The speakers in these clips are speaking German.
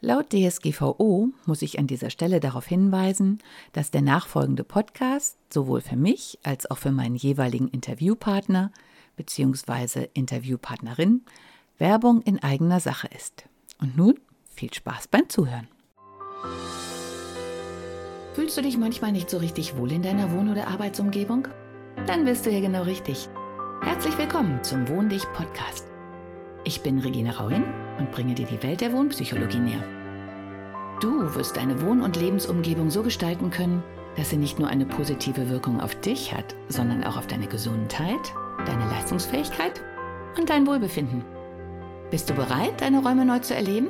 Laut DSGVO muss ich an dieser Stelle darauf hinweisen, dass der nachfolgende Podcast sowohl für mich als auch für meinen jeweiligen Interviewpartner bzw. Interviewpartnerin Werbung in eigener Sache ist. Und nun viel Spaß beim Zuhören. Fühlst du dich manchmal nicht so richtig wohl in deiner Wohn- oder Arbeitsumgebung? Dann bist du hier genau richtig. Herzlich willkommen zum Wohndich-Podcast. Ich bin Regine Rauhin und bringe dir die Welt der Wohnpsychologie näher. Du wirst deine Wohn- und Lebensumgebung so gestalten können, dass sie nicht nur eine positive Wirkung auf dich hat, sondern auch auf deine Gesundheit, deine Leistungsfähigkeit und dein Wohlbefinden. Bist du bereit, deine Räume neu zu erleben?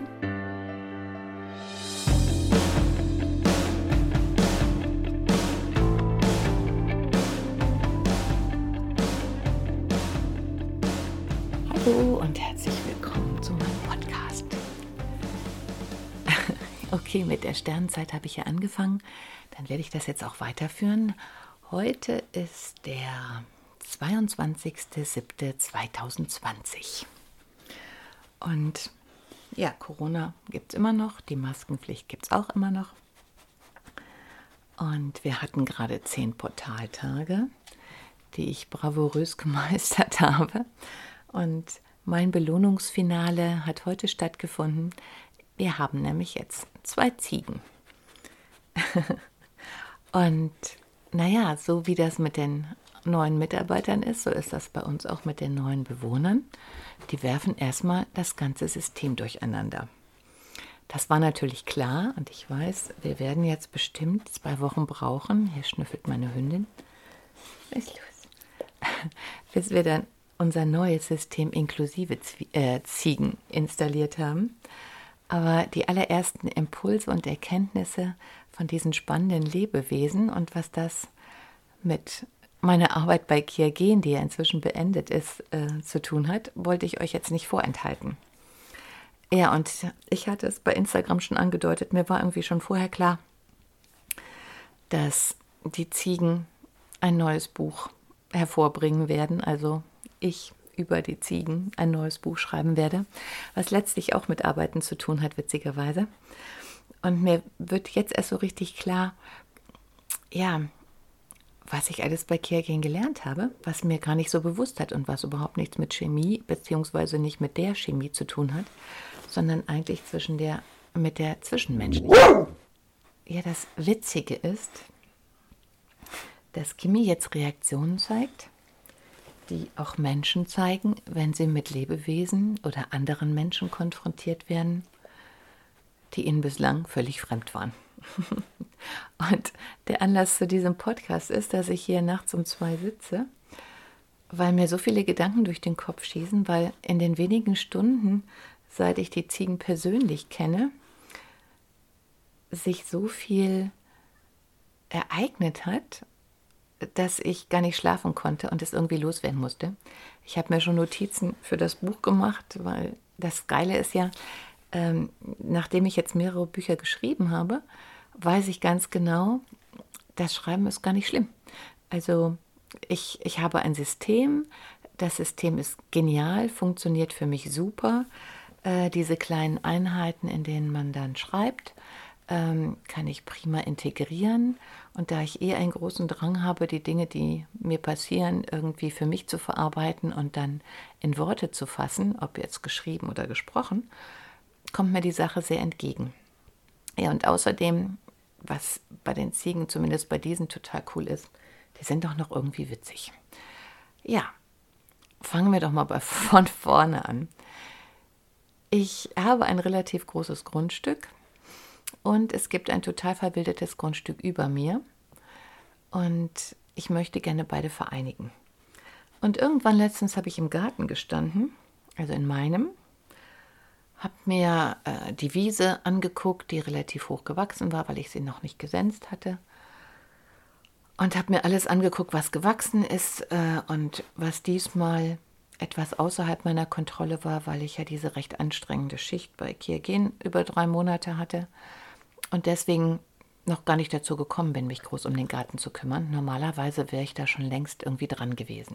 Hallo und herzlich willkommen zu meinem Podcast. Okay, mit der Sternenzeit habe ich ja angefangen, dann werde ich das jetzt auch weiterführen. Heute ist der 22.07.2020 und ja, Corona gibt es immer noch, die Maskenpflicht gibt es auch immer noch und wir hatten gerade 10 Portaltage, die ich bravourös gemeistert habe. Und mein Belohnungsfinale hat heute stattgefunden. Wir haben nämlich jetzt 2 Ziegen. Und naja, so wie das mit den neuen Mitarbeitern ist, so ist das bei uns auch mit den neuen Bewohnern. Die werfen erstmal das ganze System durcheinander. Das war natürlich klar und ich weiß, wir werden jetzt bestimmt 2 Wochen brauchen. Hier schnüffelt meine Hündin. Was ist los? Bis wir dann unser neues System inklusive Ziegen installiert haben. Aber die allerersten Impulse und Erkenntnisse von diesen spannenden Lebewesen und was das mit meiner Arbeit bei Kiagen, die ja inzwischen beendet ist, zu tun hat, wollte ich euch jetzt nicht vorenthalten. Ja, und ich hatte es bei Instagram schon angedeutet, mir war irgendwie schon vorher klar, dass die Ziegen ein neues Buch hervorbringen werden, also ich über die Ziegen ein neues Buch schreiben werde, was letztlich auch mit Arbeiten zu tun hat, witzigerweise. Und mir wird jetzt erst so richtig klar, ja, was ich alles bei Kiagen gelernt habe, was mir gar nicht so bewusst hat und was überhaupt nichts mit Chemie, beziehungsweise nicht mit der Chemie zu tun hat, sondern eigentlich mit der Zwischenmenschlichen. Ja, das Witzige ist, dass Kimi jetzt Reaktionen zeigt, die auch Menschen zeigen, wenn sie mit Lebewesen oder anderen Menschen konfrontiert werden, die ihnen bislang völlig fremd waren. Und der Anlass zu diesem Podcast ist, dass ich hier nachts um 2 sitze, weil mir so viele Gedanken durch den Kopf schießen, weil in den wenigen Stunden, seit ich die Ziegen persönlich kenne, sich so viel ereignet hat, dass ich gar nicht schlafen konnte und es irgendwie loswerden musste. Ich habe mir schon Notizen für das Buch gemacht, weil das Geile ist ja, nachdem ich jetzt mehrere Bücher geschrieben habe, weiß ich ganz genau, das Schreiben ist gar nicht schlimm. Also ich habe ein System, das System ist genial, funktioniert für mich super. Diese kleinen Einheiten, in denen man dann schreibt, kann ich prima integrieren. Und da ich einen großen Drang habe, die Dinge, die mir passieren, irgendwie für mich zu verarbeiten und dann in Worte zu fassen, ob jetzt geschrieben oder gesprochen, kommt mir die Sache sehr entgegen. Ja, und außerdem, was bei den Ziegen, zumindest bei diesen, total cool ist, die sind doch noch irgendwie witzig. Ja, fangen wir doch mal von vorne an. Ich habe ein relativ großes Grundstück. Und es gibt ein total verwildertes Grundstück über mir und ich möchte gerne beide vereinigen. Und irgendwann letztens habe ich im Garten gestanden, also in meinem, habe mir die Wiese angeguckt, die relativ hoch gewachsen war, weil ich sie noch nicht gesenzt hatte. Und habe mir alles angeguckt, was gewachsen ist und was diesmal etwas außerhalb meiner Kontrolle war, weil ich ja diese recht anstrengende Schicht bei Kiagen über 3 Monate hatte. Und deswegen noch gar nicht dazu gekommen bin, mich groß um den Garten zu kümmern. Normalerweise wäre ich da schon längst irgendwie dran gewesen.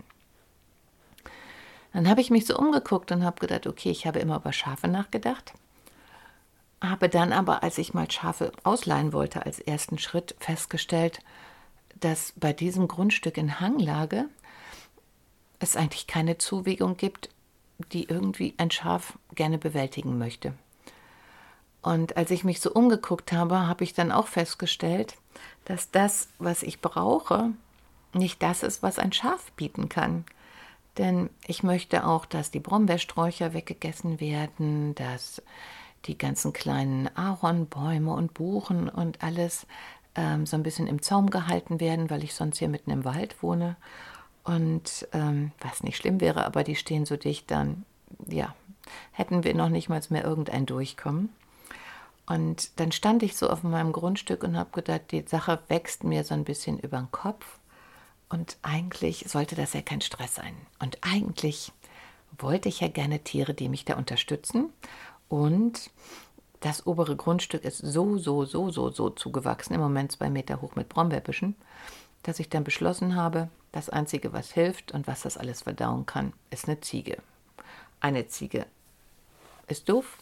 Dann habe ich mich so umgeguckt und habe gedacht, okay, ich habe immer über Schafe nachgedacht. habe dann aber, als ich mal Schafe ausleihen wollte, als ersten Schritt festgestellt, dass bei diesem Grundstück in Hanglage es eigentlich keine Zuwegung gibt, die irgendwie ein Schaf gerne bewältigen möchte. Und als ich mich so umgeguckt habe, habe ich dann auch festgestellt, dass das, was ich brauche, nicht das ist, was ein Schaf bieten kann. Denn ich möchte auch, dass die Brombeersträucher weggegessen werden, dass die ganzen kleinen Ahornbäume und Buchen und alles so ein bisschen im Zaum gehalten werden, weil ich sonst hier mitten im Wald wohne. Und was nicht schlimm wäre, aber die stehen so dicht, dann ja, hätten wir noch nicht mal mehr irgendein Durchkommen. Und dann stand ich so auf meinem Grundstück und habe gedacht, die Sache wächst mir so ein bisschen über den Kopf. Und eigentlich sollte das ja kein Stress sein. Und eigentlich wollte ich ja gerne Tiere, die mich da unterstützen. Und das obere Grundstück ist so zugewachsen, im Moment 2 Meter hoch mit Brombeerbüschen, dass ich dann beschlossen habe, das Einzige, was hilft und was das alles verdauen kann, ist eine Ziege. Eine Ziege ist doof.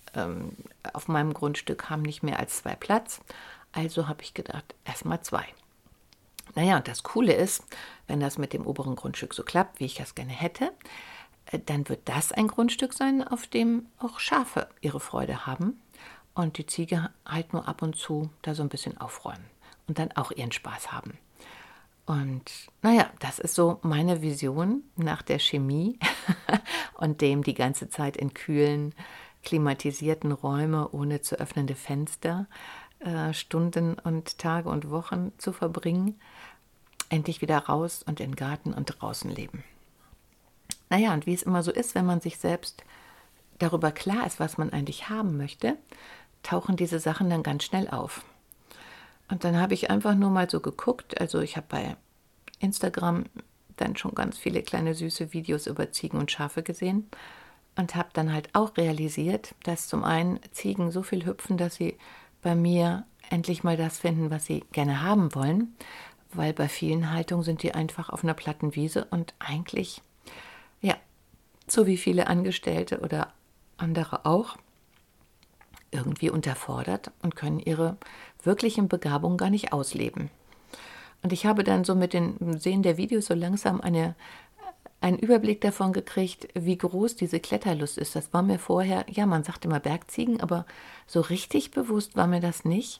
Auf meinem Grundstück haben nicht mehr als 2 Platz. Also habe ich gedacht, erstmal 2. Naja, und das Coole ist, wenn das mit dem oberen Grundstück so klappt, wie ich das gerne hätte, dann wird das ein Grundstück sein, auf dem auch Schafe ihre Freude haben und die Ziege halt nur ab und zu da so ein bisschen aufräumen und dann auch ihren Spaß haben. Und naja, das ist so meine Vision nach der Chemie und dem die ganze Zeit in kühlen, klimatisierten Räume ohne zu öffnende Fenster Stunden und Tage und Wochen zu verbringen, endlich wieder raus und in den Garten und draußen leben. Naja, und wie es immer so ist, wenn man sich selbst darüber klar ist, was man eigentlich haben möchte, tauchen diese Sachen dann ganz schnell auf. Und dann habe ich einfach nur mal so geguckt, also ich habe bei Instagram dann schon ganz viele kleine süße Videos über Ziegen und Schafe gesehen und habe dann halt auch realisiert, dass zum einen Ziegen so viel hüpfen, dass sie bei mir endlich mal das finden, was sie gerne haben wollen, weil bei vielen Haltungen sind die einfach auf einer platten Wiese und eigentlich, ja, so wie viele Angestellte oder andere auch, irgendwie unterfordert und können ihre wirklichen Begabungen gar nicht ausleben. Und ich habe dann so mit dem Sehen der Videos so langsam einen Überblick davon gekriegt, wie groß diese Kletterlust ist. Das war mir vorher, ja, man sagt immer Bergziegen, aber so richtig bewusst war mir das nicht.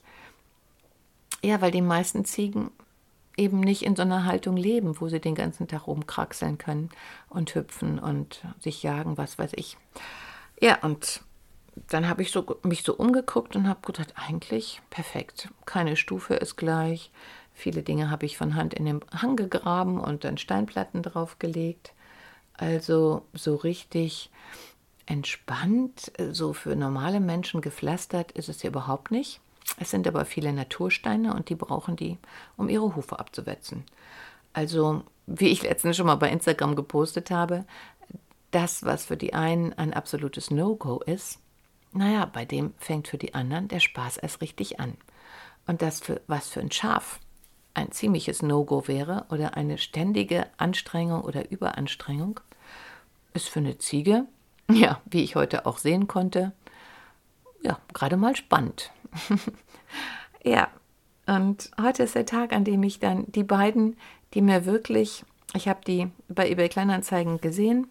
Ja, weil die meisten Ziegen eben nicht in so einer Haltung leben, wo sie den ganzen Tag rumkraxeln können und hüpfen und sich jagen, was weiß ich. Ja, und dann habe ich mich so umgeguckt und habe gedacht, eigentlich perfekt. Keine Stufe ist gleich. Viele Dinge habe ich von Hand in den Hang gegraben und dann Steinplatten draufgelegt. Also so richtig entspannt, so für normale Menschen gepflastert ist es ja überhaupt nicht. Es sind aber viele Natursteine und die brauchen die, um ihre Hufe abzuwetzen. Also, wie ich letztens schon mal bei Instagram gepostet habe, das, was für die einen ein absolutes No-Go ist, naja, bei dem fängt für die anderen der Spaß erst richtig an. Und das, was für ein Schaf ein ziemliches No-Go wäre oder eine ständige Anstrengung oder Überanstrengung, ist für eine Ziege, ja, wie ich heute auch sehen konnte, ja, gerade mal spannend. Ja, und heute ist der Tag, an dem ich dann die beiden, die mir wirklich, ich habe die bei eBay Kleinanzeigen gesehen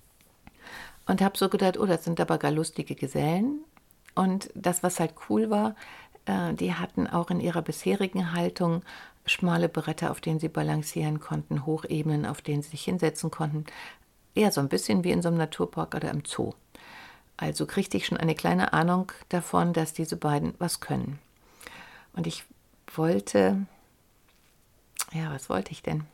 und habe so gedacht, oh, das sind aber gar lustige Gesellen. Und das, was halt cool war, die hatten auch in ihrer bisherigen Haltung schmale Bretter, auf denen sie balancieren konnten, Hochebenen, auf denen sie sich hinsetzen konnten. Eher so ein bisschen wie in so einem Naturpark oder im Zoo. Also kriegte ich schon eine kleine Ahnung davon, dass diese beiden was können. Und ich wollte, ja, was wollte ich denn?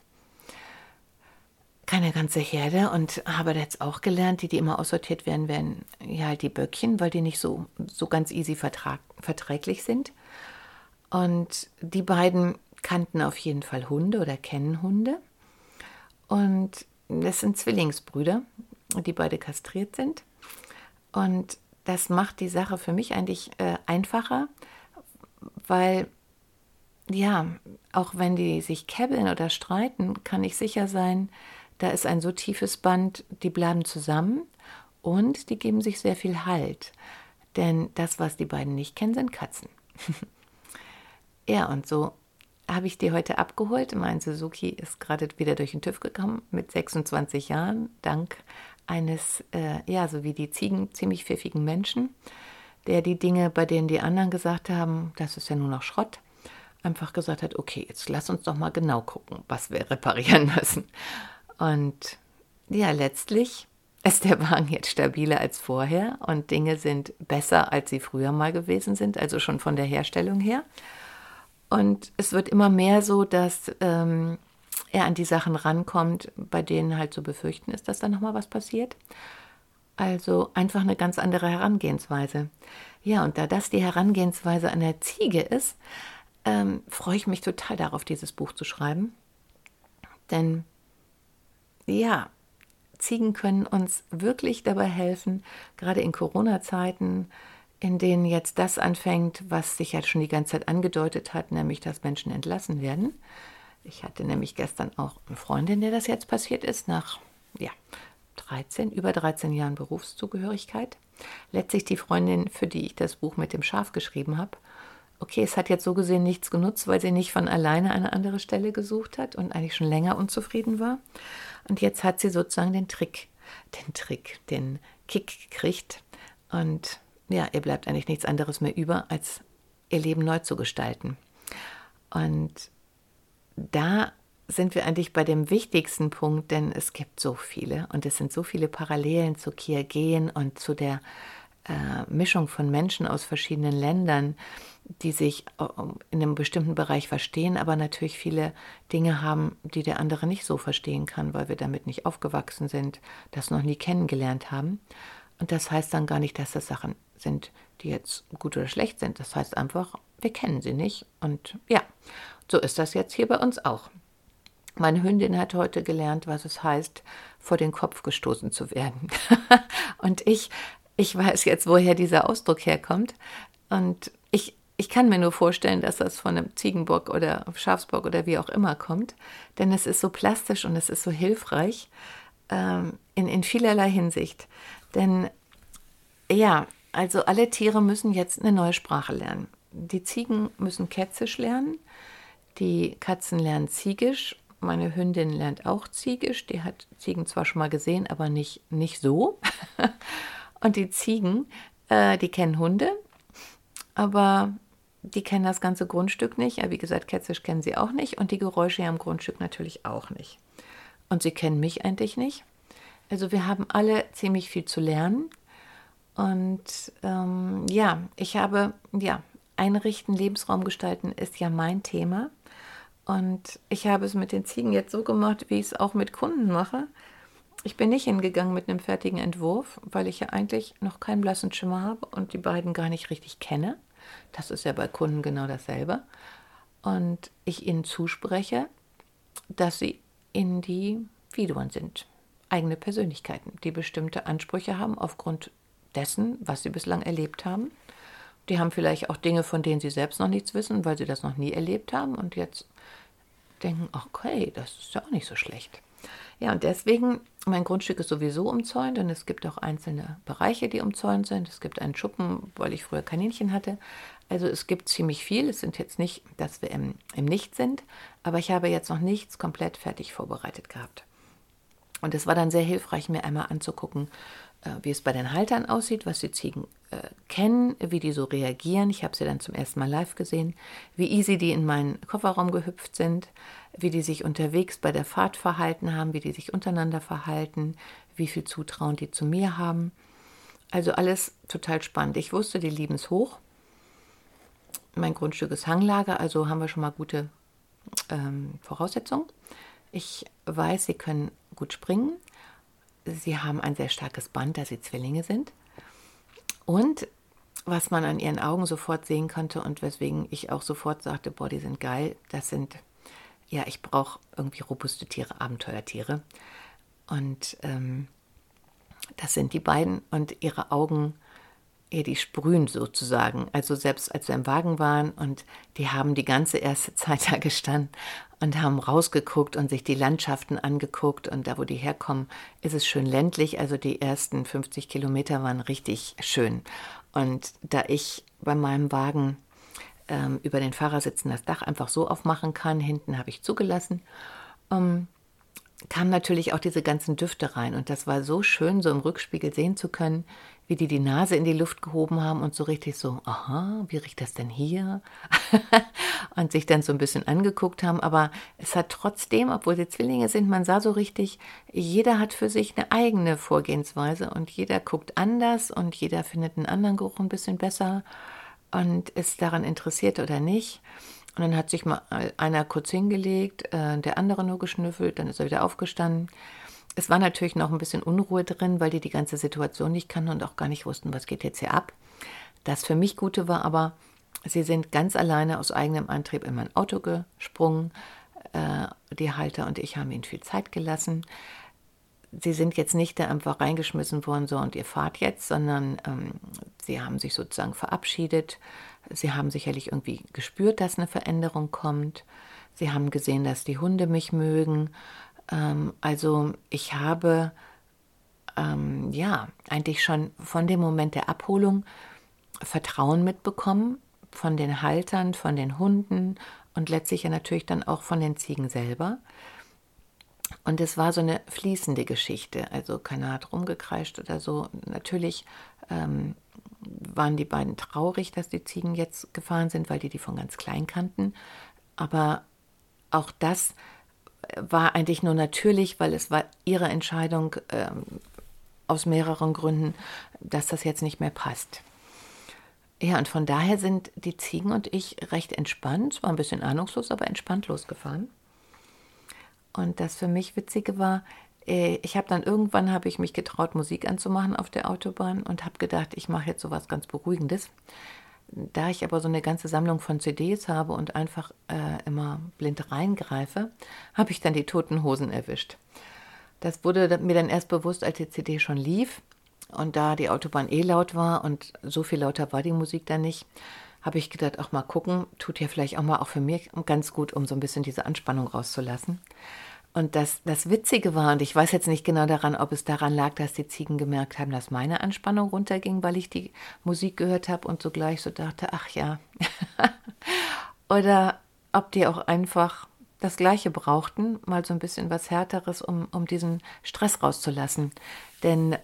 Keine ganze Herde und habe jetzt auch gelernt, die immer aussortiert werden ja halt die Böckchen, weil die nicht so ganz easy verträglich sind. Und die beiden kannten auf jeden Fall Hunde oder kennen Hunde. Und das sind Zwillingsbrüder, die beide kastriert sind. Und das macht die Sache für mich eigentlich einfacher, weil, ja, auch wenn die sich käbbeln oder streiten, kann ich sicher sein, da ist ein so tiefes Band, die bleiben zusammen und die geben sich sehr viel Halt. Denn das, was die beiden nicht kennen, sind Katzen. Ja, und so habe ich die heute abgeholt. Mein Suzuki ist gerade wieder durch den TÜV gekommen mit 26 Jahren, dank eines, so wie die Ziegen, ziemlich pfiffigen Menschen, der die Dinge, bei denen die anderen gesagt haben, das ist ja nur noch Schrott, einfach gesagt hat, okay, jetzt lass uns doch mal genau gucken, was wir reparieren müssen. Und ja, letztlich ist der Wagen jetzt stabiler als vorher und Dinge sind besser, als sie früher mal gewesen sind, also schon von der Herstellung her. Und es wird immer mehr so, dass er an die Sachen rankommt, bei denen halt zu befürchten ist, dass da nochmal was passiert. Also einfach eine ganz andere Herangehensweise. Ja, und da das die Herangehensweise einer Ziege ist, freue ich mich total darauf, dieses Buch zu schreiben. Denn ja, Ziegen können uns wirklich dabei helfen, gerade in Corona-Zeiten, in denen jetzt das anfängt, was sich ja schon die ganze Zeit angedeutet hat, nämlich dass Menschen entlassen werden. Ich hatte nämlich gestern auch eine Freundin, der das jetzt passiert ist, nach über 13 Jahren Berufszugehörigkeit. Letztlich die Freundin, für die ich das Buch mit dem Schaf geschrieben habe. Okay, es hat jetzt so gesehen nichts genutzt, weil sie nicht von alleine eine andere Stelle gesucht hat und eigentlich schon länger unzufrieden war. Und jetzt hat sie sozusagen den Kick gekriegt. Und ja, ihr bleibt eigentlich nichts anderes mehr über, als ihr Leben neu zu gestalten. Und da sind wir eigentlich bei dem wichtigsten Punkt, denn es gibt so viele und es sind so viele Parallelen zu Kiagen und zu der Mischung von Menschen aus verschiedenen Ländern, die sich in einem bestimmten Bereich verstehen, aber natürlich viele Dinge haben, die der andere nicht so verstehen kann, weil wir damit nicht aufgewachsen sind, das noch nie kennengelernt haben. Und das heißt dann gar nicht, dass das Sachen sind, die jetzt gut oder schlecht sind. Das heißt einfach, wir kennen sie nicht. Und ja, so ist das jetzt hier bei uns auch. Meine Hündin hat heute gelernt, was es heißt, vor den Kopf gestoßen zu werden. Und ich weiß jetzt, woher dieser Ausdruck herkommt. Und ich kann mir nur vorstellen, dass das von einem Ziegenbock oder Schafsbock oder wie auch immer kommt. Denn es ist so plastisch und es ist so hilfreich in vielerlei Hinsicht. Denn ja, also alle Tiere müssen jetzt eine neue Sprache lernen. Die Ziegen müssen Kätzisch lernen, die Katzen lernen Ziegisch, meine Hündin lernt auch Ziegisch, die hat Ziegen zwar schon mal gesehen, aber nicht so. Und die Ziegen, die kennen Hunde, aber die kennen das ganze Grundstück nicht. Ja, wie gesagt, Kätzisch kennen sie auch nicht und die Geräusche am Grundstück natürlich auch nicht. Und sie kennen mich eigentlich nicht. Also wir haben alle ziemlich viel zu lernen. Und ich habe, Einrichten, Lebensraum gestalten ist ja mein Thema. Und ich habe es mit den Ziegen jetzt so gemacht, wie ich es auch mit Kunden mache. Ich bin nicht hingegangen mit einem fertigen Entwurf, weil ich ja eigentlich noch keinen blassen Schimmer habe und die beiden gar nicht richtig kenne. Das ist ja bei Kunden genau dasselbe. Und ich ihnen zuspreche, dass sie Individuen sind, eigene Persönlichkeiten, die bestimmte Ansprüche haben aufgrund dessen, was sie bislang erlebt haben. Die haben vielleicht auch Dinge, von denen sie selbst noch nichts wissen, weil sie das noch nie erlebt haben und jetzt denken, okay, das ist ja auch nicht so schlecht. Ja, und deswegen, mein Grundstück ist sowieso umzäunt und es gibt auch einzelne Bereiche, die umzäunt sind. Es gibt einen Schuppen, weil ich früher Kaninchen hatte. Also es gibt ziemlich viel. Es sind jetzt nicht, dass wir im Nichts sind, aber ich habe jetzt noch nichts komplett fertig vorbereitet gehabt. Und es war dann sehr hilfreich, mir einmal anzugucken, wie es bei den Haltern aussieht, was die Ziegen kennen, wie die so reagieren. Ich habe sie dann zum ersten Mal live gesehen, wie easy die in meinen Kofferraum gehüpft sind, wie die sich unterwegs bei der Fahrt verhalten haben, wie die sich untereinander verhalten, wie viel Zutrauen die zu mir haben. Also alles total spannend. Ich wusste, die lieben es hoch. Mein Grundstück ist Hanglage, also haben wir schon mal gute Voraussetzungen. Ich weiß, sie können gut springen. Sie haben ein sehr starkes Band, da sie Zwillinge sind. Und was man an ihren Augen sofort sehen konnte und weswegen ich auch sofort sagte, boah, die sind geil, das sind, ja, ich brauche irgendwie robuste Tiere, Abenteuertiere. Und das sind die beiden und ihre Augen, ja, die sprühen sozusagen. Also selbst als wir im Wagen waren und die haben die ganze erste Zeit da gestanden und haben rausgeguckt und sich die Landschaften angeguckt und da, wo die herkommen, ist es schön ländlich. Also die ersten 50 Kilometer waren richtig schön. Und da ich bei meinem Wagen über den Fahrersitzen das Dach einfach so aufmachen kann, hinten habe ich zugelassen, kamen natürlich auch diese ganzen Düfte rein. Und das war so schön, so im Rückspiegel sehen zu können, wie die Nase in die Luft gehoben haben und so richtig so, aha, wie riecht das denn hier? Und sich dann so ein bisschen angeguckt haben. Aber es hat trotzdem, obwohl sie Zwillinge sind, man sah so richtig, jeder hat für sich eine eigene Vorgehensweise und jeder guckt anders und jeder findet einen anderen Geruch ein bisschen besser und ist daran interessiert oder nicht. Und dann hat sich mal einer kurz hingelegt, der andere nur geschnüffelt, dann ist er wieder aufgestanden. Es war natürlich noch ein bisschen Unruhe drin, weil die ganze Situation nicht kannten und auch gar nicht wussten, was geht jetzt hier ab. Das für mich Gute war aber, sie sind ganz alleine aus eigenem Antrieb in mein Auto gesprungen. Die Halter und ich haben ihnen viel Zeit gelassen. Sie sind jetzt nicht da einfach reingeschmissen worden, so und ihr fahrt jetzt, sondern sie haben sich sozusagen verabschiedet. Sie haben sicherlich irgendwie gespürt, dass eine Veränderung kommt. Sie haben gesehen, dass die Hunde mich mögen. Also ich habe eigentlich schon von dem Moment der Abholung Vertrauen mitbekommen von den Haltern, von den Hunden und letztlich ja natürlich dann auch von den Ziegen selber. Und es war so eine fließende Geschichte, also keiner hat rumgekreischt oder so. Natürlich waren die beiden traurig, dass die Ziegen jetzt gefahren sind, weil die von ganz klein kannten. Aber auch das war eigentlich nur natürlich, weil es war ihre Entscheidung aus mehreren Gründen, dass das jetzt nicht mehr passt. Ja, und von daher sind die Ziegen und ich recht entspannt, zwar ein bisschen ahnungslos, aber entspannt losgefahren. Und das für mich Witzige war, irgendwann habe ich mich getraut, Musik anzumachen auf der Autobahn und habe gedacht, ich mache jetzt sowas ganz Beruhigendes. Da ich aber so eine ganze Sammlung von CDs habe und einfach immer blind reingreife, habe ich dann die Toten Hosen erwischt. Das wurde mir dann erst bewusst, als die CD schon lief und da die Autobahn laut war und so viel lauter war die Musik dann nicht, habe ich gedacht, auch mal gucken, tut ja vielleicht auch mal auch für mich ganz gut, um so ein bisschen diese Anspannung rauszulassen. Und das Witzige war, und ich weiß jetzt nicht genau daran, ob es daran lag, dass die Ziegen gemerkt haben, dass meine Anspannung runterging, weil ich die Musik gehört habe und sogleich so dachte, ach ja. Oder ob die auch einfach das Gleiche brauchten, mal so ein bisschen was Härteres, um diesen Stress rauszulassen. Denn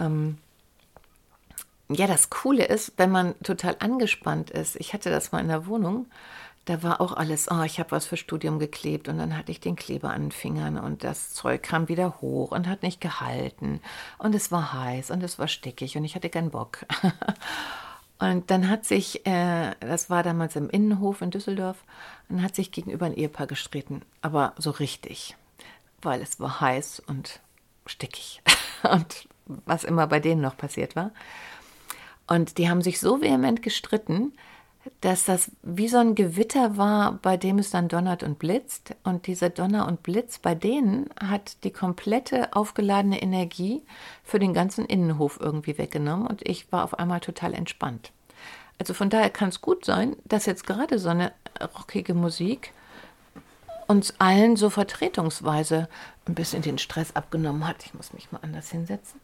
das Coole ist, wenn man total angespannt ist, ich hatte das mal in der Wohnung, da war auch alles, ich habe was für Studium geklebt und dann hatte ich den Kleber an den Fingern und das Zeug kam wieder hoch und hat nicht gehalten und es war heiß und es war stickig und ich hatte keinen Bock. Und dann hat sich, das war damals im Innenhof in Düsseldorf, dann hat sich gegenüber ein Ehepaar gestritten, aber so richtig, weil es war heiß und stickig und was immer bei denen noch passiert war. Und die haben sich so vehement gestritten, dass das wie so ein Gewitter war, bei dem es dann donnert und blitzt. Und dieser Donner und Blitz bei denen hat die komplette aufgeladene Energie für den ganzen Innenhof irgendwie weggenommen. Und ich war auf einmal total entspannt. Also von daher kann es gut sein, dass jetzt gerade so eine rockige Musik uns allen so vertretungsweise ein bisschen den Stress abgenommen hat. Ich muss mich mal anders hinsetzen.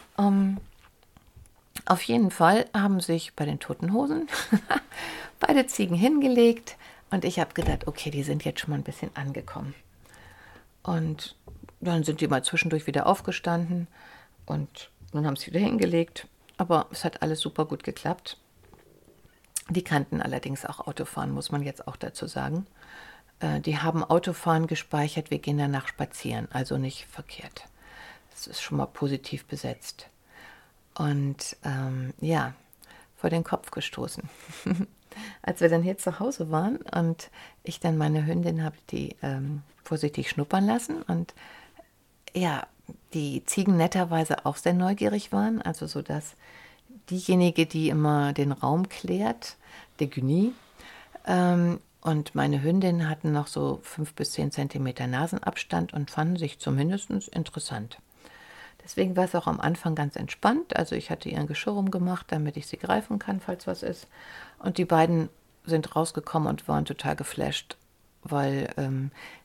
Auf jeden Fall haben sich bei den Toten Hosen beide Ziegen hingelegt und ich habe gedacht, okay, die sind jetzt schon mal ein bisschen angekommen. Und dann sind die mal zwischendurch wieder aufgestanden und dann haben sie wieder hingelegt. Aber es hat alles super gut geklappt. Die kannten allerdings auch Autofahren, muss man jetzt auch dazu sagen. Die haben Autofahren gespeichert, wir gehen danach spazieren, also nicht verkehrt. Das ist schon mal positiv besetzt. Und vor den Kopf gestoßen. Als wir dann hier zu Hause waren und ich dann meine Hündin habe die vorsichtig schnuppern lassen und die Ziegen netterweise auch sehr neugierig waren, also so, dass diejenige, die immer den Raum klärt, der Güni, und meine Hündin hatten noch so 5 bis 10 Zentimeter Nasenabstand und fanden sich zumindest interessant. Deswegen war es auch am Anfang ganz entspannt. Also ich hatte ihren Geschirr rumgemacht, damit ich sie greifen kann, falls was ist. Und die beiden sind rausgekommen und waren total geflasht, weil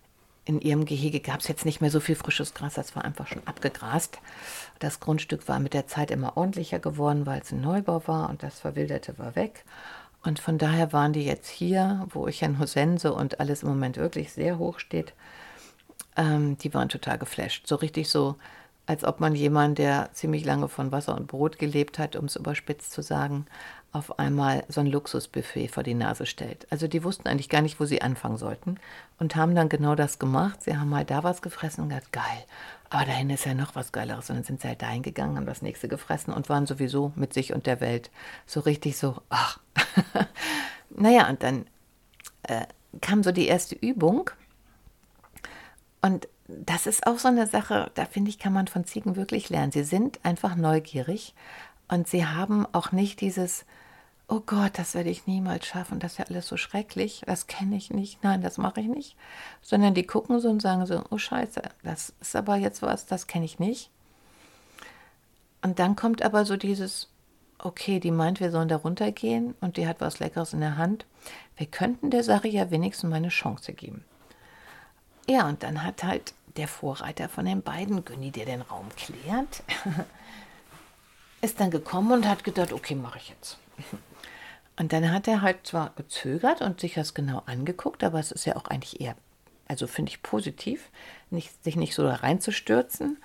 in ihrem Gehege gab es jetzt nicht mehr so viel frisches Gras, das war einfach schon abgegrast. Das Grundstück war mit der Zeit immer ordentlicher geworden, weil es ein Neubau war und das Verwilderte war weg. Und von daher waren die jetzt hier, wo ich ja nur sense und alles im Moment wirklich sehr hoch steht, die waren total geflasht. So richtig so, als ob man jemanden, der ziemlich lange von Wasser und Brot gelebt hat, um es überspitzt zu sagen, auf einmal so ein Luxusbuffet vor die Nase stellt. Also die wussten eigentlich gar nicht, wo sie anfangen sollten und haben dann genau das gemacht. Sie haben halt da was gefressen und gesagt, geil, aber dahin ist ja noch was Geileres. Und dann sind sie halt dahin gegangen, haben das nächste gefressen und waren sowieso mit sich und der Welt so richtig so, ach. Naja, und dann kam so die erste Übung. Und das ist auch so eine Sache, da finde ich, kann man von Ziegen wirklich lernen. Sie sind einfach neugierig und sie haben auch nicht dieses, oh Gott, das werde ich niemals schaffen, das ist ja alles so schrecklich, das kenne ich nicht, nein, das mache ich nicht. Sondern die gucken so und sagen so, oh Scheiße, das ist aber jetzt was, das kenne ich nicht. Und dann kommt aber so dieses, okay, die meint, wir sollen da runtergehen und die hat was Leckeres in der Hand. Wir könnten der Sache ja wenigstens mal eine Chance geben. Ja, und dann hat halt der Vorreiter von den beiden, Günni, der den Raum klärt, ist dann gekommen und hat gedacht, okay, mache ich jetzt. Und dann hat er halt zwar gezögert und sich das genau angeguckt, aber es ist ja auch eigentlich eher, also finde ich positiv, sich nicht so da reinzustürzen,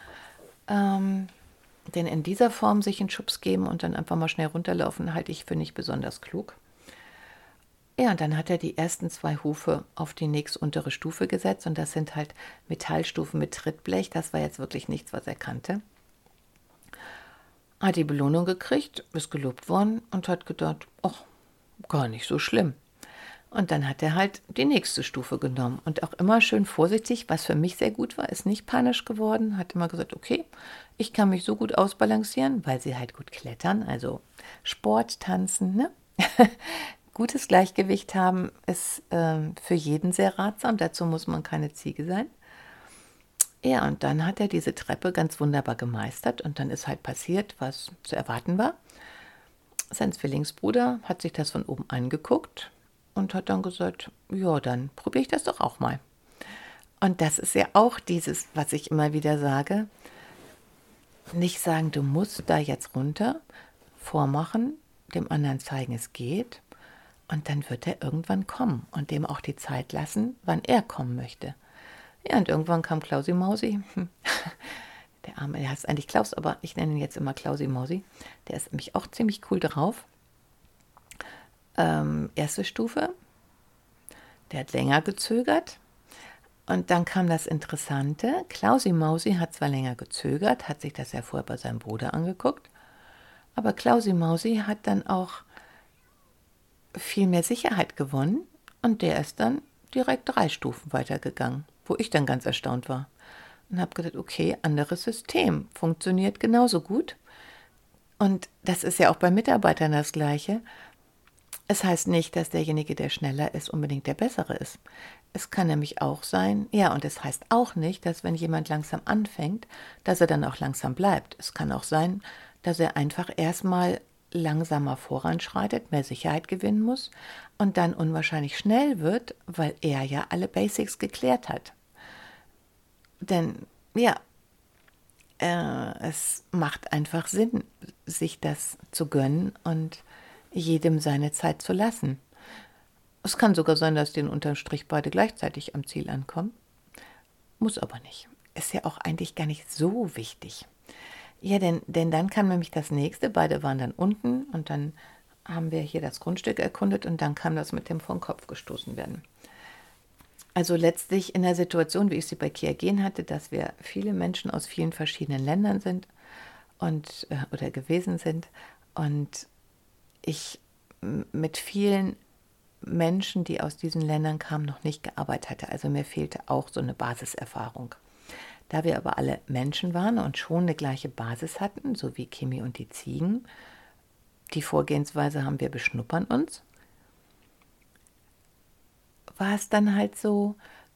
denn in dieser Form sich einen Schubs geben und dann einfach mal schnell runterlaufen, halte ich für nicht besonders klug. Ja, und dann hat er die ersten 2 Hufe auf die nächstuntere Stufe gesetzt und das sind halt Metallstufen mit Trittblech. Das war jetzt wirklich nichts, was er kannte. Hat die Belohnung gekriegt, ist gelobt worden und hat gedacht, ach, gar nicht so schlimm. Und dann hat er halt die nächste Stufe genommen und auch immer schön vorsichtig, was für mich sehr gut war, ist nicht panisch geworden, hat immer gesagt, okay, ich kann mich so gut ausbalancieren, weil sie halt gut klettern, also Sport, Tanzen, ne? Gutes Gleichgewicht haben ist für jeden sehr ratsam. Dazu muss man keine Ziege sein. Ja, und dann hat er diese Treppe ganz wunderbar gemeistert und dann ist halt passiert, was zu erwarten war. Sein Zwillingsbruder hat sich das von oben angeguckt und hat dann gesagt, ja, dann probiere ich das doch auch mal. Und das ist ja auch dieses, was ich immer wieder sage, nicht sagen, du musst da jetzt runter, vormachen, dem anderen zeigen, es geht. Und dann wird er irgendwann kommen und dem auch die Zeit lassen, wann er kommen möchte. Ja, und irgendwann kam Klausi Mausi. Der Arme, der heißt eigentlich Klaus, aber ich nenne ihn jetzt immer Klausi Mausi. Der ist nämlich auch ziemlich cool drauf. Erste Stufe. Der hat länger gezögert. Und dann kam das Interessante. Klausi Mausi hat zwar länger gezögert, hat sich das ja vorher bei seinem Bruder angeguckt. Aber Klausi Mausi hat dann auch viel mehr Sicherheit gewonnen und der ist dann direkt 3 Stufen weitergegangen, wo ich dann ganz erstaunt war und habe gedacht, okay, anderes System, funktioniert genauso gut. Und das ist ja auch bei Mitarbeitern das Gleiche. Es heißt nicht, dass derjenige, der schneller ist, unbedingt der Bessere ist. Es kann nämlich auch sein, ja, und es heißt auch nicht, dass wenn jemand langsam anfängt, dass er dann auch langsam bleibt. Es kann auch sein, dass er einfach erstmal langsamer voranschreitet, mehr Sicherheit gewinnen muss und dann unwahrscheinlich schnell wird, weil er ja alle Basics geklärt hat. Denn ja, es macht einfach Sinn, sich das zu gönnen und jedem seine Zeit zu lassen. Es kann sogar sein, dass die unterm Strich beide gleichzeitig am Ziel ankommen. Muss aber nicht. Ist ja auch eigentlich gar nicht so wichtig. Ja, denn dann kam nämlich das nächste. Beide waren dann unten und dann haben wir hier das Grundstück erkundet und dann kam das mit dem vor den Kopf gestoßen werden. Also letztlich in der Situation, wie ich sie bei Kiagen hatte, dass wir viele Menschen aus vielen verschiedenen Ländern sind und oder gewesen sind und ich mit vielen Menschen, die aus diesen Ländern kamen, noch nicht gearbeitet hatte. Also mir fehlte auch so eine Basiserfahrung. Da wir aber alle Menschen waren und schon eine gleiche Basis hatten, so wie Kimi und die Ziegen, die Vorgehensweise haben wir beschnuppern uns, war es dann halt so,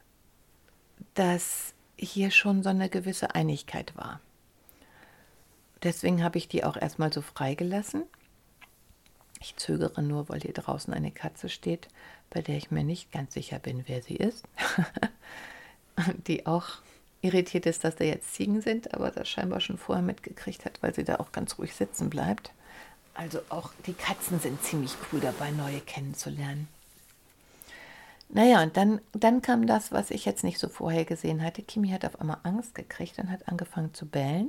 dass hier schon so eine gewisse Einigkeit war. Deswegen habe ich die auch erstmal so freigelassen. Ich zögere nur, weil hier draußen eine Katze steht, bei der ich mir nicht ganz sicher bin, wer sie ist. die auch irritiert ist, dass da jetzt Ziegen sind, aber das scheinbar schon vorher mitgekriegt hat, weil sie da auch ganz ruhig sitzen bleibt. Also auch die Katzen sind ziemlich cool dabei, neue kennenzulernen. Naja, und dann kam das, was ich jetzt nicht so vorher gesehen hatte. Kimi hat auf einmal Angst gekriegt und hat angefangen zu bellen.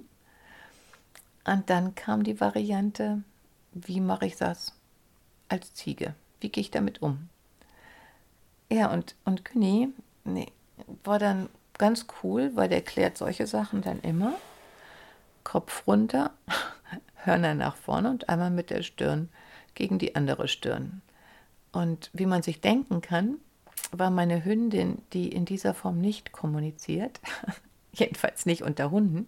Und dann kam die Variante, wie mache ich das als Ziege? Wie gehe ich damit um? Ja, und Günni, nee, war dann ganz cool, weil der klärt solche Sachen dann immer. Kopf runter, Hörner nach vorne und einmal mit der Stirn gegen die andere Stirn. Und wie man sich denken kann, war meine Hündin, die in dieser Form nicht kommuniziert, jedenfalls nicht unter Hunden,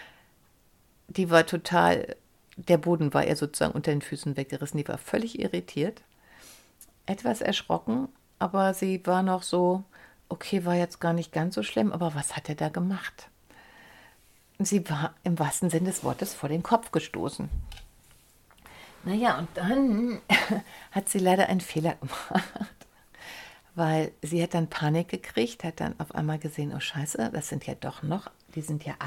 die war total, der Boden war ihr sozusagen unter den Füßen weggerissen, die war völlig irritiert, etwas erschrocken, aber sie war noch so, okay, war jetzt gar nicht ganz so schlimm, aber was hat er da gemacht? Sie war im wahrsten Sinne des Wortes vor den Kopf gestoßen. Naja, und dann hat sie leider einen Fehler gemacht, weil sie hat dann Panik gekriegt, hat dann auf einmal gesehen, oh Scheiße, das sind ja doch noch, die sind ja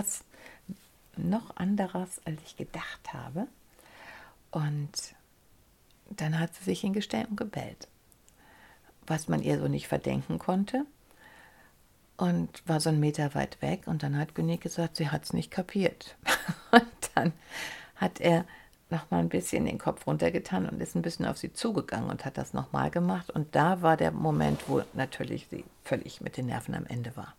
noch anderes, als ich gedacht habe. Und dann hat sie sich hingestellt und gebellt, was man ihr so nicht verdenken konnte. Und war so 1 Meter weit weg. Und dann hat Günni gesagt, sie hat es nicht kapiert. Und dann hat er noch mal ein bisschen den Kopf runtergetan und ist ein bisschen auf sie zugegangen und hat das nochmal gemacht. Und da war der Moment, wo natürlich sie völlig mit den Nerven am Ende war.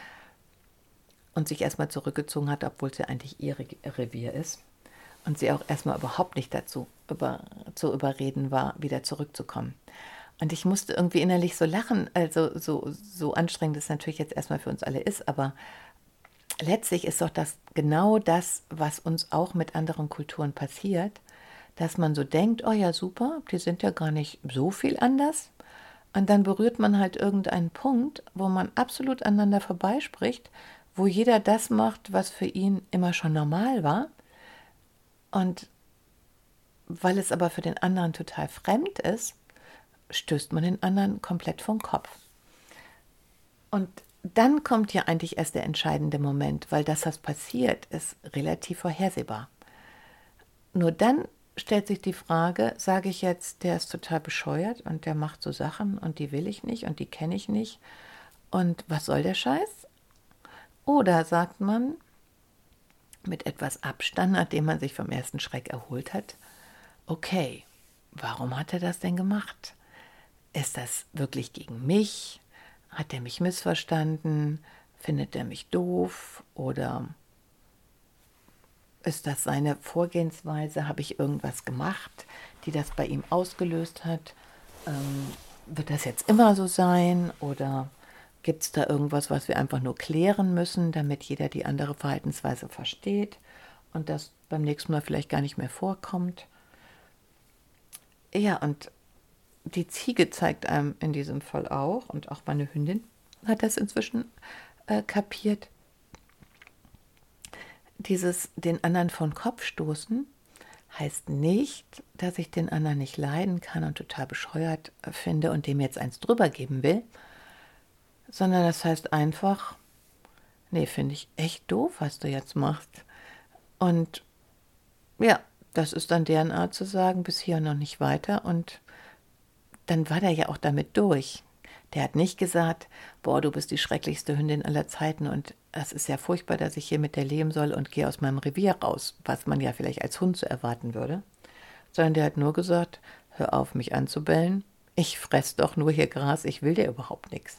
Und sich erstmal zurückgezogen hat, obwohl sie eigentlich ihr Revier ist. Und sie auch erstmal überhaupt nicht dazu zu überreden war, wieder zurückzukommen. Und ich musste irgendwie innerlich so lachen, also so anstrengend es natürlich jetzt erstmal für uns alle ist, aber letztlich ist doch das genau das, was uns auch mit anderen Kulturen passiert, dass man so denkt, oh ja, super, die sind ja gar nicht so viel anders. Und dann berührt man halt irgendeinen Punkt, wo man absolut aneinander vorbeispricht, wo jeder das macht, was für ihn immer schon normal war. Und weil es aber für den anderen total fremd ist, stößt man den anderen komplett vom Kopf. Und dann kommt ja eigentlich erst der entscheidende Moment, weil das, was passiert, ist relativ vorhersehbar. Nur dann stellt sich die Frage, sage ich jetzt, der ist total bescheuert und der macht so Sachen und die will ich nicht und die kenne ich nicht und was soll der Scheiß? Oder sagt man mit etwas Abstand, nachdem man sich vom ersten Schreck erholt hat, okay, warum hat er das denn gemacht? Ist das wirklich gegen mich? Hat er mich missverstanden? Findet er mich doof? Oder ist das seine Vorgehensweise? Habe ich irgendwas gemacht, die das bei ihm ausgelöst hat? Wird das jetzt immer so sein? Oder gibt es da irgendwas, was wir einfach nur klären müssen, damit jeder die andere Verhaltensweise versteht und das beim nächsten Mal vielleicht gar nicht mehr vorkommt? Ja, und die Ziege zeigt einem in diesem Fall auch, und auch meine Hündin hat das inzwischen kapiert, dieses den anderen vor den Kopf stoßen heißt nicht, dass ich den anderen nicht leiden kann und total bescheuert finde und dem jetzt eins drüber geben will, sondern das heißt einfach, nee, finde ich echt doof, was du jetzt machst. Und ja, das ist dann deren Art zu sagen, bis hier noch nicht weiter, und dann war der ja auch damit durch. Der hat nicht gesagt, boah, du bist die schrecklichste Hündin aller Zeiten und es ist ja furchtbar, dass ich hier mit dir leben soll und gehe aus meinem Revier raus, was man ja vielleicht als Hund so erwarten würde. Sondern der hat nur gesagt, hör auf, mich anzubellen, ich fress doch nur hier Gras, ich will dir überhaupt nichts.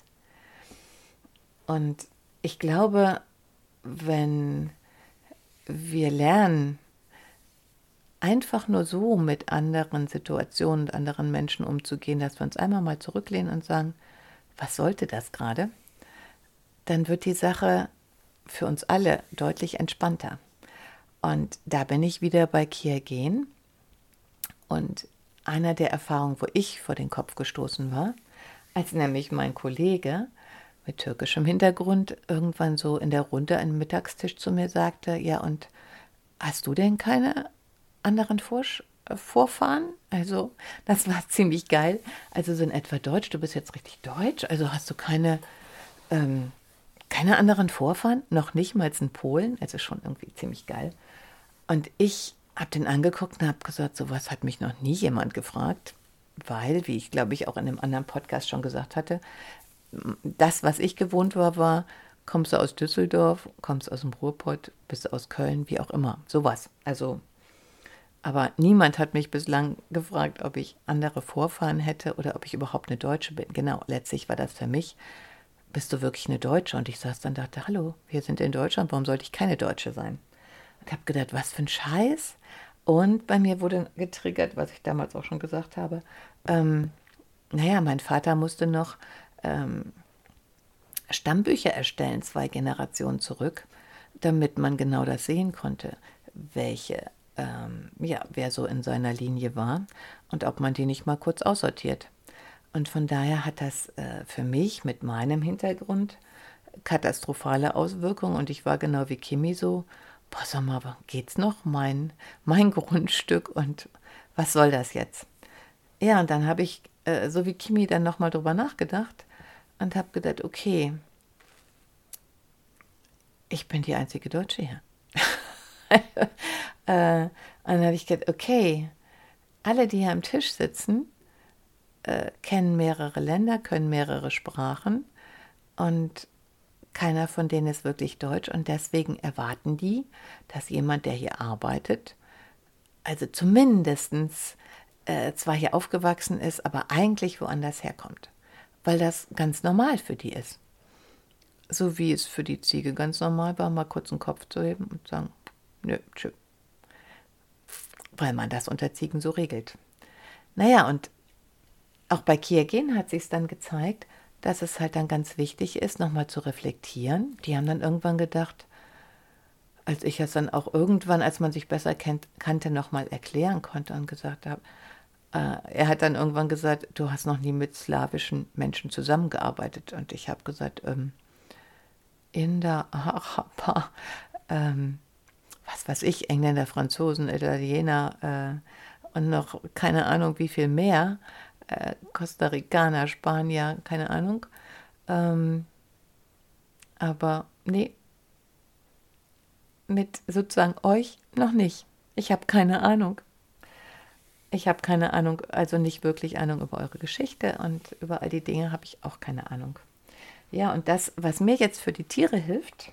Und ich glaube, wenn wir lernen, einfach nur so mit anderen Situationen und anderen Menschen umzugehen, dass wir uns einmal mal zurücklehnen und sagen, was sollte das gerade? Dann wird die Sache für uns alle deutlich entspannter. Und da bin ich wieder bei Kiergen. Und einer der Erfahrungen, wo ich vor den Kopf gestoßen war, als nämlich mein Kollege mit türkischem Hintergrund irgendwann so in der Runde am Mittagstisch zu mir sagte, ja, und hast du denn keine anderen Vorfahren? Also das war ziemlich geil. Also so in etwa Deutsch, du bist jetzt richtig deutsch, also hast du keine keine anderen Vorfahren, noch nicht mal in Polen, also schon irgendwie ziemlich geil. Und ich habe den angeguckt und habe gesagt, sowas hat mich noch nie jemand gefragt, weil, wie ich glaube ich auch in einem anderen Podcast schon gesagt hatte, das, was ich gewohnt war, kommst du aus Düsseldorf, kommst aus dem Ruhrpott, bist du aus Köln, wie auch immer, sowas. Also, aber niemand hat mich bislang gefragt, ob ich andere Vorfahren hätte oder ob ich überhaupt eine Deutsche bin. Genau, letztlich war das für mich, bist du wirklich eine Deutsche? Und ich saß dann und dachte, hallo, wir sind in Deutschland, warum sollte ich keine Deutsche sein? Und habe gedacht, was für ein Scheiß. Und bei mir wurde getriggert, was ich damals auch schon gesagt habe, naja, mein Vater musste noch Stammbücher erstellen, 2 Generationen zurück, damit man genau das sehen konnte, wer so in seiner Linie war und ob man die nicht mal kurz aussortiert. Und von daher hat das für mich mit meinem Hintergrund katastrophale Auswirkungen und ich war genau wie Kimi so, boah, sag mal, geht's noch? Mein Grundstück und was soll das jetzt? Ja, und dann habe ich, so wie Kimi, dann nochmal drüber nachgedacht und habe gedacht, okay, ich bin die einzige Deutsche hier. Und dann habe ich gedacht, okay, alle, die hier am Tisch sitzen, kennen mehrere Länder, können mehrere Sprachen und keiner von denen ist wirklich deutsch und deswegen erwarten die, dass jemand, der hier arbeitet, also zumindest zwar hier aufgewachsen ist, aber eigentlich woanders herkommt, weil das ganz normal für die ist. So wie es für die Ziege ganz normal war, mal kurz den Kopf zu heben und sagen, nö, tschö. Weil man das unter Ziegen so regelt. Naja, und auch bei Kirgin hat sich es dann gezeigt, dass es halt dann ganz wichtig ist, nochmal zu reflektieren. Die haben dann irgendwann gedacht, als ich es dann auch irgendwann, als man sich besser kannte, nochmal erklären konnte und gesagt habe, er hat dann irgendwann gesagt, du hast noch nie mit slawischen Menschen zusammengearbeitet. Und ich habe gesagt, Inder, Araber, was weiß ich, Engländer, Franzosen, Italiener und noch keine Ahnung wie viel mehr, Costa Ricaner, Spanier, keine Ahnung. Aber nee, mit sozusagen euch noch nicht. Ich habe keine Ahnung. Ich habe keine Ahnung, also nicht wirklich Ahnung über eure Geschichte und über all die Dinge habe ich auch keine Ahnung. Ja, und das, was mir jetzt für die Tiere hilft,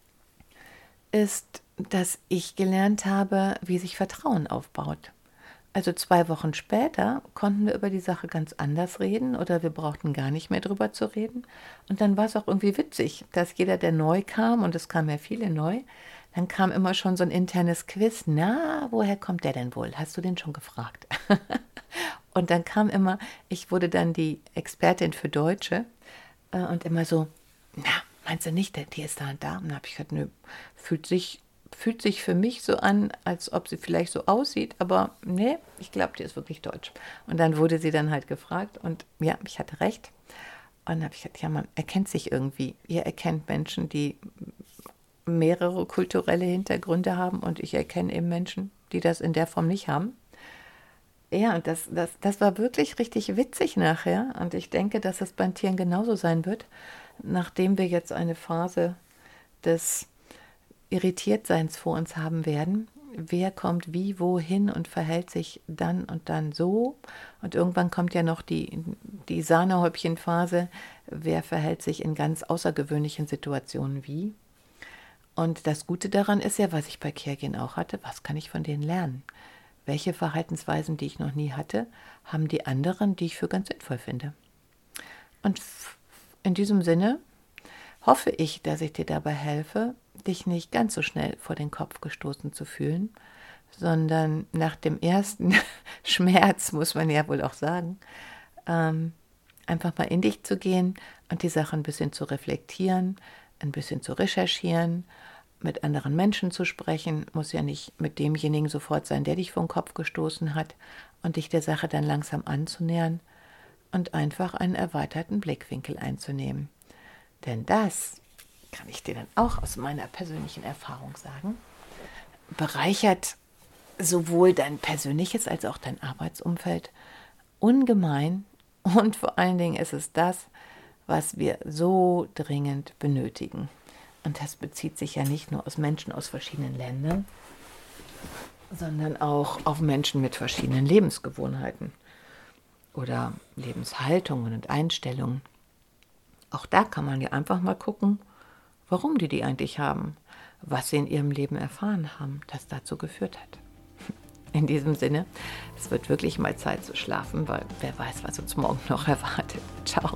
ist, dass ich gelernt habe, wie sich Vertrauen aufbaut. Also 2 Wochen später konnten wir über die Sache ganz anders reden oder wir brauchten gar nicht mehr drüber zu reden. Und dann war es auch irgendwie witzig, dass jeder, der neu kam, und es kamen ja viele neu, dann kam immer schon so ein internes Quiz. Na, woher kommt der denn wohl? Hast du den schon gefragt? Und dann kam immer, ich wurde dann die Expertin für Deutsche und immer so, na, meinst du nicht, die ist da und da? Und dann habe ich gesagt, nö, fühlt sich für mich so an, als ob sie vielleicht so aussieht, aber nee, ich glaube, die ist wirklich deutsch. Und dann wurde sie dann halt gefragt und ja, ich hatte recht. Und dann habe ich gesagt, ja, man erkennt sich irgendwie. Ihr erkennt Menschen, die mehrere kulturelle Hintergründe haben und ich erkenne eben Menschen, die das in der Form nicht haben. Ja, und das war wirklich richtig witzig nachher und ich denke, dass es bei Tieren genauso sein wird, nachdem wir jetzt eine Phase des Irritiertseins vor uns haben werden. Wer kommt wie, wohin und verhält sich dann und dann so. Und irgendwann kommt ja noch die Sahnehäubchenphase. Wer verhält sich in ganz außergewöhnlichen Situationen wie. Und das Gute daran ist ja, was ich bei Kirgin auch hatte, was kann ich von denen lernen? Welche Verhaltensweisen, die ich noch nie hatte, haben die anderen, die ich für ganz sinnvoll finde? Und in diesem Sinne hoffe ich, dass ich dir dabei helfe, dich nicht ganz so schnell vor den Kopf gestoßen zu fühlen, sondern nach dem ersten Schmerz, muss man ja wohl auch sagen, einfach mal in dich zu gehen und die Sache ein bisschen zu reflektieren, ein bisschen zu recherchieren, mit anderen Menschen zu sprechen, muss ja nicht mit demjenigen sofort sein, der dich vor den Kopf gestoßen hat und dich der Sache dann langsam anzunähern und einfach einen erweiterten Blickwinkel einzunehmen. Denn das, kann ich dir dann auch aus meiner persönlichen Erfahrung sagen, bereichert sowohl dein persönliches als auch dein Arbeitsumfeld ungemein und vor allen Dingen ist es das, was wir so dringend benötigen. Und das bezieht sich ja nicht nur auf Menschen aus verschiedenen Ländern, sondern auch auf Menschen mit verschiedenen Lebensgewohnheiten oder Lebenshaltungen und Einstellungen. Auch da kann man ja einfach mal gucken, warum die eigentlich haben, was sie in ihrem Leben erfahren haben, das dazu geführt hat. In diesem Sinne, es wird wirklich mal Zeit zu schlafen, weil wer weiß, was uns morgen noch erwartet. Ciao.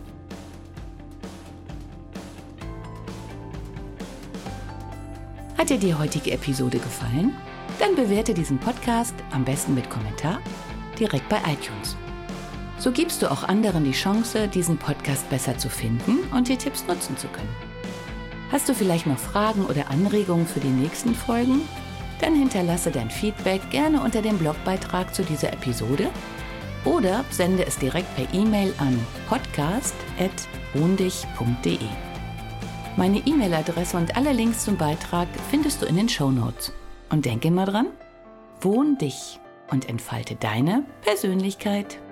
Hat dir die heutige Episode gefallen? Dann bewerte diesen Podcast am besten mit Kommentar direkt bei iTunes. So gibst du auch anderen die Chance, diesen Podcast besser zu finden und die Tipps nutzen zu können. Hast du vielleicht noch Fragen oder Anregungen für die nächsten Folgen? Dann hinterlasse dein Feedback gerne unter dem Blogbeitrag zu dieser Episode oder sende es direkt per E-Mail an podcast@wohndich.de. Meine E-Mail-Adresse und alle Links zum Beitrag findest du in den Shownotes. Und denk immer dran, wohn dich und entfalte deine Persönlichkeit.